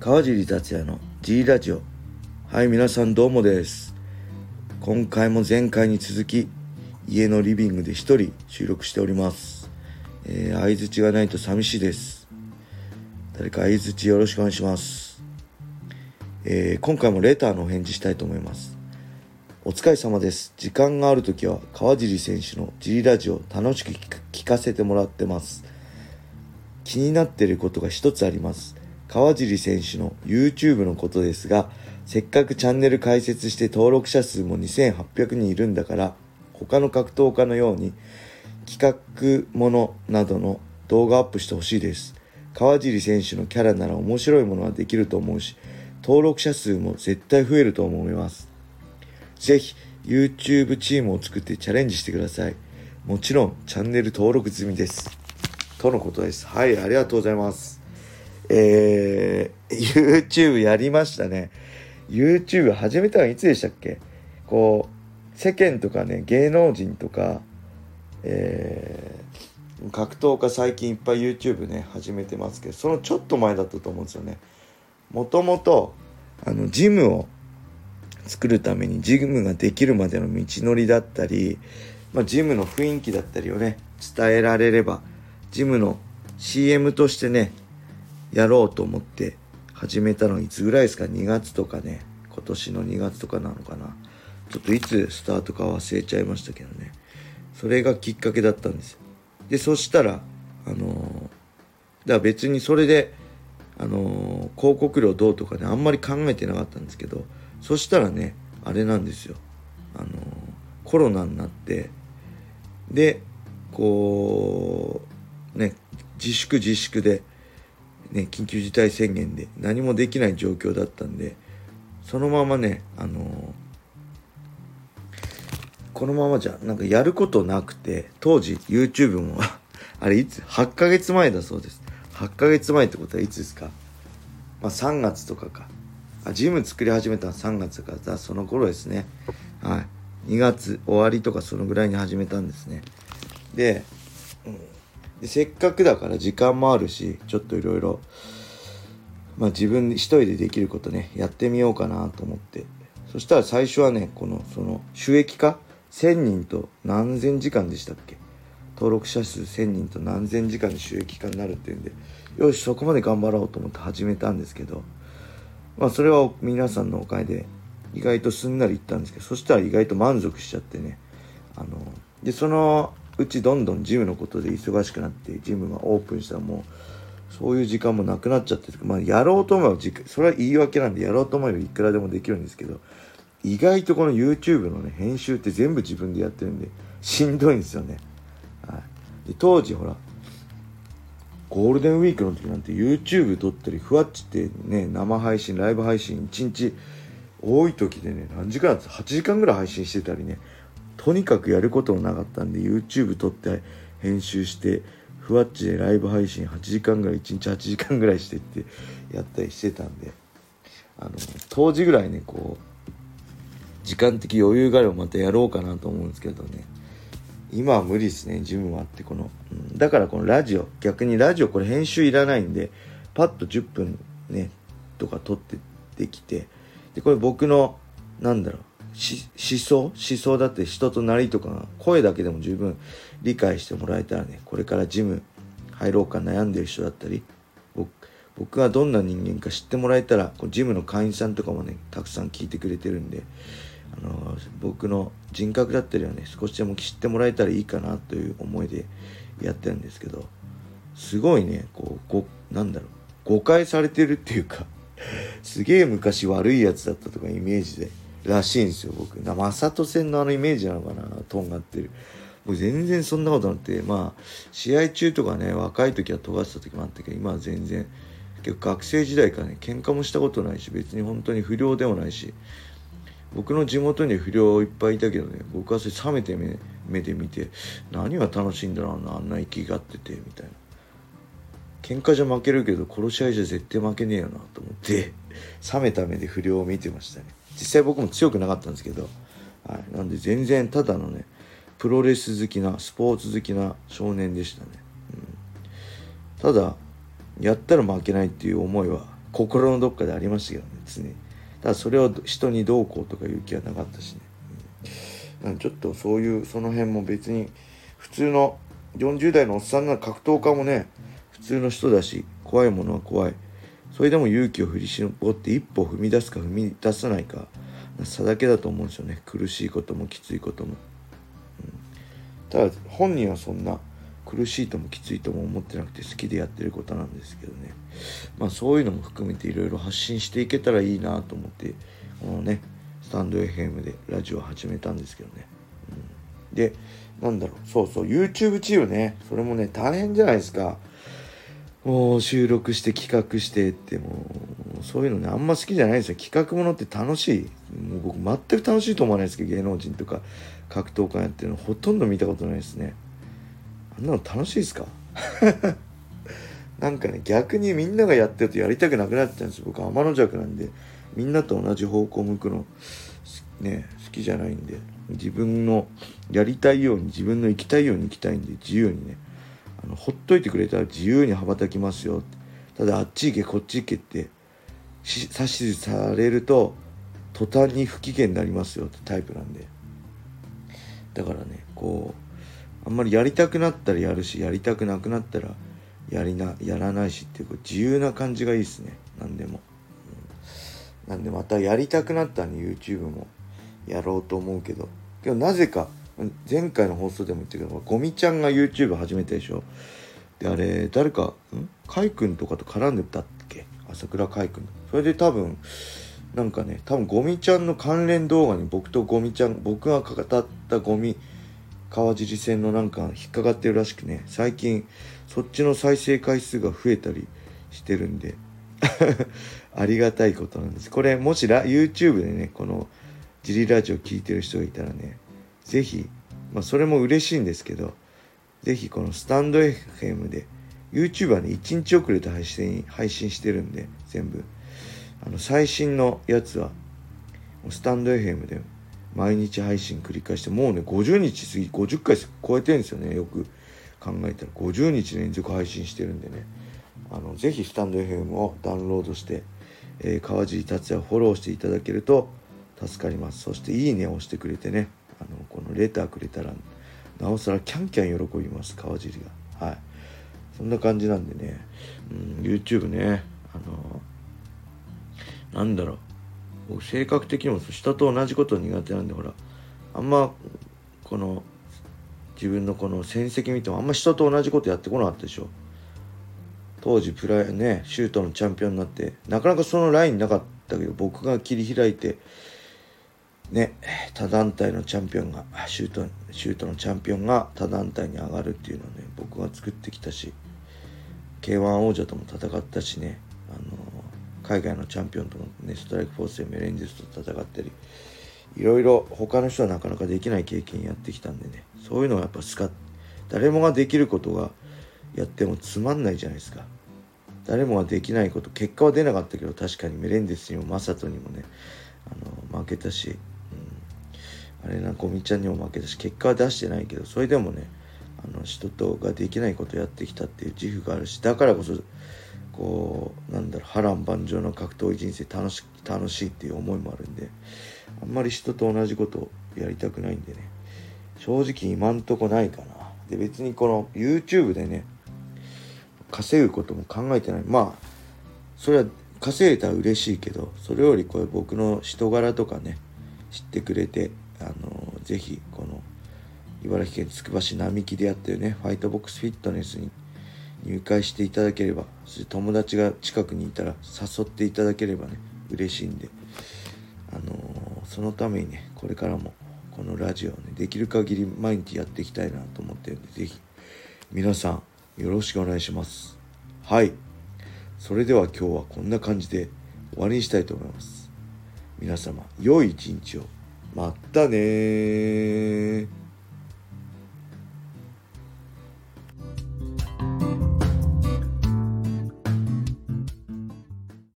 川尻達也の G ラジオ。はい、皆さんどうもです。今回も前回に続き家のリビングで一人収録しております。相槌がないと寂しいです。誰か相槌よろしくお願いします。今回もレターのお返事したいと思います。お疲れ様です。時間があるときは川尻選手の G ラジオ楽しく聞かせてもらってます。気になっていることが一つあります。川尻選手の YouTube のことですが、せっかくチャンネル開設して登録者数も2800人いるんだから、他の格闘家のように企画ものなどの動画アップしてほしいです。川尻選手のキャラなら面白いものはできると思うし、登録者数も絶対増えると思います。ぜひ YouTube チームを作ってチャレンジしてください。もちろんチャンネル登録済みです。とのことです。はい、ありがとうございます。YouTube やりましたね。YouTube 始めたのいつでしたっけ？世間とかね、芸能人とか、格闘家最近いっぱい YouTube ね始めてますけど、そのちょっと前だったと思うんですよね。もともとジムを作るためにジムができるまでの道のりだったり、ジムの雰囲気だったりをね伝えられれば、ジムの CM としてねやろうと思って始めたのいつぐらいですか？2月とかね、今年の2月とかなのかな。ちょっといつスタートか忘れちゃいましたけどね、それがきっかけだったんですよ。でそしたらだから別にそれで広告料どうとかねあんまり考えてなかったんですけど、そしたらねあれなんですよ、コロナになって、で自粛でね、緊急事態宣言で何もできない状況だったんで、そのままねこのままじゃなんかやることなくて、当時 YouTube もあれいつ8ヶ月前だそうです。8ヶ月前ってことはいつですか？3月とかか。ジム作り始めたのは3月からその頃ですね。はい、2月終わりとかそのぐらいに始めたんですね。でせっかくだから時間もあるし、ちょっといろいろ自分一人でできることねやってみようかなと思って、そしたら最初はねその収益化1000人と何千時間でしたっけ、登録者数1000人と何千時間で収益化になるっていうんで、よしそこまで頑張ろうと思って始めたんですけど、それは皆さんのおかげで意外とすんなりいったんですけど、そしたら意外と満足しちゃってね、でそのうちどんどんジムのことで忙しくなって、ジムがオープンしたらもうそういう時間もなくなっちゃって、やろうと思えばそれは言い訳なんで、やろうと思えばいくらでもできるんですけど、意外とこの YouTube のね編集って全部自分でやってるんでしんどいんですよね。はい、で当時ほらゴールデンウィークの時なんて YouTube 撮ったり、ふわっちってね生配信ライブ配信1日多い時でね何時間8時間ぐらい配信してたりね、とにかくやることもなかったんで YouTube 撮って編集してふわっちでライブ配信8時間ぐらい1日8時間ぐらいしてってやったりしてたんで、当時ぐらいね時間的余裕があればまたやろうかなと思うんですけどね、今は無理ですね。ジムもあってだからこのラジオ、逆にラジオこれ編集いらないんでパッと10分ねとか撮ってできて、でこれ僕の思想だって人となりとか声だけでも十分理解してもらえたらね、これからジム入ろうか悩んでる人だったり、僕がどんな人間か知ってもらえたら、ジムの会員さんとかもねたくさん聞いてくれてるんで、僕の人格だったりはね少しでも知ってもらえたらいいかなという思いでやってるんですけど、すごいね誤解されてるっていうかすげえ昔悪いやつだったとかイメージでらしいんですよ。僕マサト戦のイメージなのかな、とんがってる。僕全然そんなことなくて、試合中とかね若い時は尖ってた時もあったけど、今は全然結構学生時代からね喧嘩もしたことないし、別に本当に不良でもないし、僕の地元に不良いっぱいいたけどね、僕はそれ冷めて目で見て、何が楽しいんだろうな、あんな生きがっててみたいな。喧嘩じゃ負けるけど殺し合いじゃ絶対負けねえよなと思って冷めた目で不良を見てましたね。実際僕も強くなかったんですけど、なんで全然ただのねプロレス好きなスポーツ好きな少年でしたね。ただやったら負けないっていう思いは心のどっかでありましたけどね、常に。ただそれを人にどうこうとかいう気はなかったしね、ちょっとそういうその辺も別に普通の40代のおっさんなら格闘家もね普通の人だし、怖いものは怖い。それでも勇気を振り絞って一歩踏み出すか踏み出さないか差だけだと思うんですよね。苦しいこともきついことも、ただ本人はそんな苦しいともきついとも思ってなくて好きでやってることなんですけどね。そういうのも含めていろいろ発信していけたらいいなと思ってこのねスタンド FM でラジオを始めたんですけどね、でそう YouTube チームね、それもね大変じゃないですか。もう収録して企画してってもうそういうのねあんま好きじゃないんですよ。企画ものって楽しい。もう僕全く楽しいと思わないですけど、芸能人とか格闘家やってるのほとんど見たことないですね。あんなの楽しいですか？なんかね逆にみんながやってるとやりたくなくなっちゃうんですよ。僕天の弱なんでみんなと同じ方向を向くのね好きじゃないんで、自分のやりたいように自分の生きたいように生きたいんで、自由にねほっといてくれたら自由に羽ばたきますよ。ただあっち行けこっち行けって指図されると途端に不機嫌になりますよってタイプなんで、だからねあんまりやりたくなったらやるし、やりたくなくなったらやらないしっていう自由な感じがいいですね。なんでも、なんでまたやりたくなったら、ね、YouTube もやろうと思うけどなぜか前回の放送でも言ったけどゴミちゃんが YouTube 始めたでしょ。であれ誰かカイ君とかと絡んでたっけ、朝倉カイ君。それで多分ゴミちゃんの関連動画に僕が語ったゴミ川尻線の引っかかってるらしくね、最近そっちの再生回数が増えたりしてるんでありがたいことなんです。これもしYouTube でねこのジリラジオ聞いてる人がいたらね、ぜひそれも嬉しいんですけど、ぜひこのスタンド FM で YouTube はね1日遅れて配信してるんで、全部最新のやつはスタンド FM で毎日配信繰り返して、もうね50日過ぎ50回超えてるんですよね。よく考えたら50日連続配信してるんでね、ぜひスタンド FM をダウンロードして、川尻達也をフォローしていただけると助かります。そしていいねを押してくれてね、このレターくれたらなおさらキャンキャン喜びます、川尻が。はい、そんな感じなんでね、YouTube ね僕性格的にも人と同じこと苦手なんで、ほらあんまこの自分のこの戦績見てもあんま人と同じことやってこなかったでしょ。当時シュートのチャンピオンになってなかなかそのラインなかったけど、僕が切り開いてね、他団体のチャンピオンがシュートのチャンピオンが他団体に上がるっていうのをね僕が作ってきたし、 K1 王者とも戦ったしね、海外のチャンピオンともねストライクフォースでメレンデスと戦ったり、いろいろ他の人はなかなかできない経験やってきたんでね、そういうのはやっぱ誰もができることがやってもつまんないじゃないですか。誰もができないこと、結果は出なかったけど確かにメレンデスにもマサトにもね負けたし、ゴミちゃんにも負けたし、結果は出してないけど、それでもね人とができないことをやってきたっていう自負があるし、だからこそ波乱万丈の格闘技人生楽しいっていう思いもあるんで、あんまり人と同じことをやりたくないんでね、正直今んとこないかな。で別にこの YouTube でね稼ぐことも考えてない。それは稼げたら嬉しいけど、それより僕の人柄とかね知ってくれてぜひこの茨城県つくば市並木でやってるねファイトボックスフィットネスに入会していただければ、そして友達が近くにいたら誘っていただければね嬉しいんで、そのためにねこれからもこのラジオをねできる限り毎日やっていきたいなと思ってるんで、ぜひ皆さんよろしくお願いします。はい、それでは今日はこんな感じで終わりにしたいと思います。皆様良い一日を。またね。